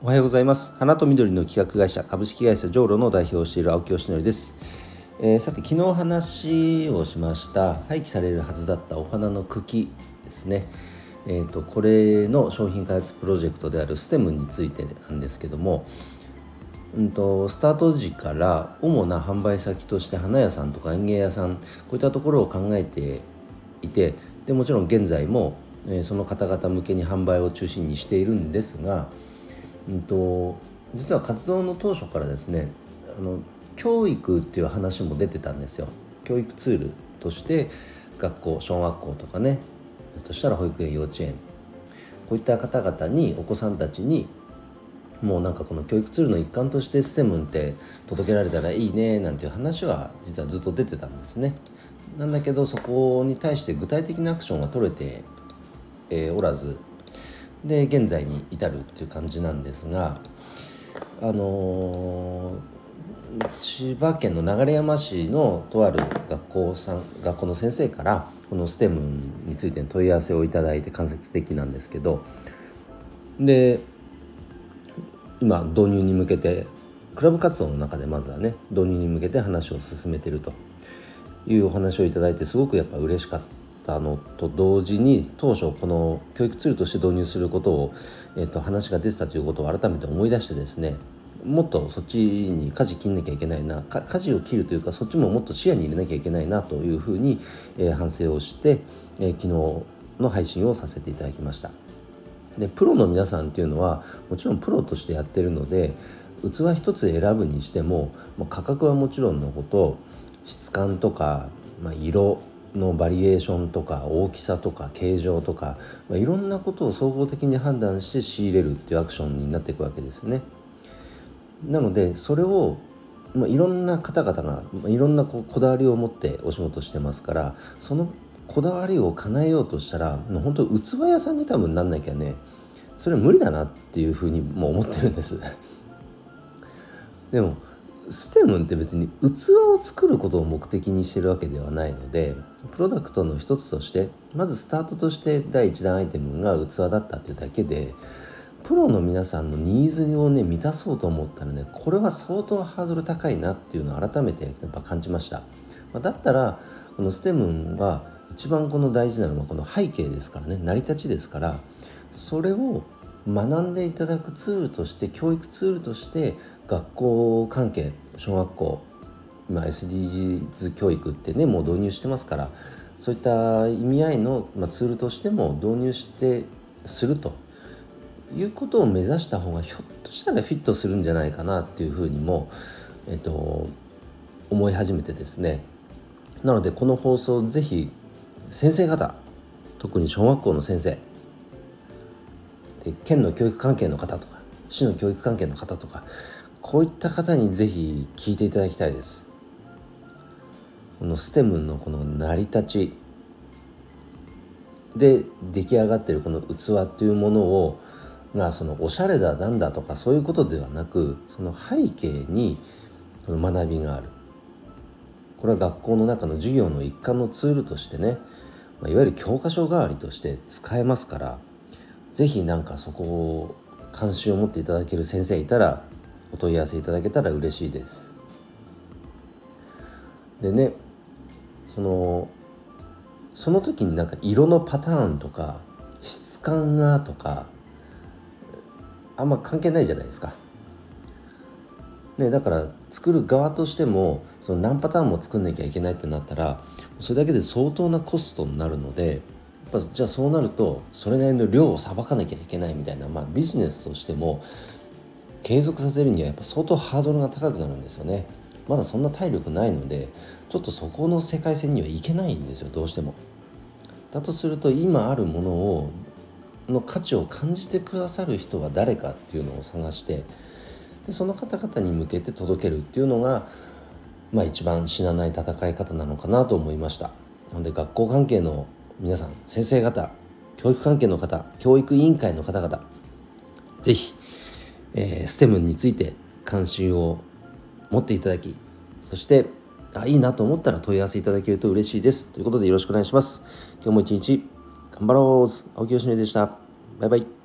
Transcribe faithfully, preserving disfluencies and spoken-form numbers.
おはようございます。花と緑の企画会社株式会社ジョーロの代表をしている青木よしのりです。えー、さて昨日話をしました廃棄されるはずだったお花の茎ですね、えー、とこれの商品開発プロジェクトであるステムについてなんですけども、うんとスタート時から主な販売先として花屋さんとか園芸屋さん、こういったところを考えていて、でもちろん現在も、えー、その方々向けに販売を中心にしているんですが、うんと実は活動の当初からですね、あの教育っていう話も出てたんですよ。教育ツールとして学校、小学校とかね、としたら保育園、幼稚園、こういった方々に、お子さんたちにもうなんかこの教育ツールの一環としてステムって届けられたらいいねなんていう話は実はずっと出てたんですね。なんだけどそこに対して具体的なアクションが取れて、えー、おらずで現在に至るっていう感じなんですが、あのー、千葉県の流山市のとある学校さん学校の先生からこのステムについての問い合わせをいただいて、間接的なんですけど、で今導入に向けてクラブ活動の中でまずはね導入に向けて話を進めているというお話をいただいて、すごくやっぱ嬉しかったのと同時に、当初この教育ツールとして導入することを、えー、と話が出てたということを改めて思い出してですね、もっとそっちに舵切んなきゃいけないな、か舵を切るというか、そっちももっと視野に入れなきゃいけないなというふうに、えー、反省をして、えー、昨日の配信をさせていただきました。でプロの皆さんっていうのはもちろんプロとしてやってるので、器一つ選ぶにしても、まあ、価格はもちろんのこと、質感とか、まあ、色のバリエーションとか大きさとか形状とか、まあ、いろんなことを総合的に判断して仕入れるっていうアクションになっていくわけですね。なのでそれを、まあ、いろんな方々が、まあ、いろんなこうこだわりを持ってお仕事してますから、そのこだわりを叶えようとしたらもう本当器屋さんに多分なんなきゃね、それは無理だなっていうふうにもう思ってるんですでもステムって別に器を作ることを目的にしてるわけではないので、プロダクトの一つとしてまずスタートとして第一弾アイテムが器だったっていうだけで、プロの皆さんのニーズをね満たそうと思ったらね、これは相当ハードル高いなっていうのを改めてやっぱ感じました。まあ、だったらこのステムが一番この大事なのはこの背景ですからね、成り立ちですから、それを学んでいただくツールとして、教育ツールとして学校関係、小学校、今 エスディージーズ 教育ってねもう導入してますから、そういった意味合いの、まあ、ツールとしても導入してするということを目指した方がひょっとしたらフィットするんじゃないかなっていうふうにも、えっと、思い始めてですね。なのでこの放送ぜひ先生方、特に小学校の先生で、県の教育関係の方とか市の教育関係の方とか、こういった方にぜひ聞いていただきたいです。このステムのこの成り立ちで出来上がっているこの器っていうものをが、そのおしゃれだなんだとかそういうことではなく、その背景にその学びがある。これは学校の中の授業の一環のツールとしてね、いわゆる教科書代わりとして使えますから、ぜひなんかそこを関心を持っていただける先生いたらお問い合わせいただけたら嬉しいです。でね、そのその時になんか色のパターンとか質感がとかあんま関係ないじゃないですか、ね、だから作る側としてもその何パターンも作んなきゃいけないってなったら、それだけで相当なコストになるので、やっぱじゃあそうなるとそれなりの量をさばかなきゃいけないみたいな、まあ、ビジネスとしても継続させるにはやっぱ相当ハードルが高くなるんですよね。まだそんな体力ないので、ちょっとそこの世界線にはいけないんですよ、どうしても。だとすると今あるものをの価値を感じてくださる人は誰かっていうのを探して、でその方々に向けて届けるっていうのが、まあ、一番死なない戦い方なのかなと思いました。なので学校関係の皆さん、先生方、教育関係の方、教育委員会の方々、ぜひ、えー、ステムについて関心を持っていただき、そしてあいいなと思ったら問い合わせいただけると嬉しいです。ということでよろしくお願いします。今日も一日頑張ろう。青木よしのりでした。バイバイ。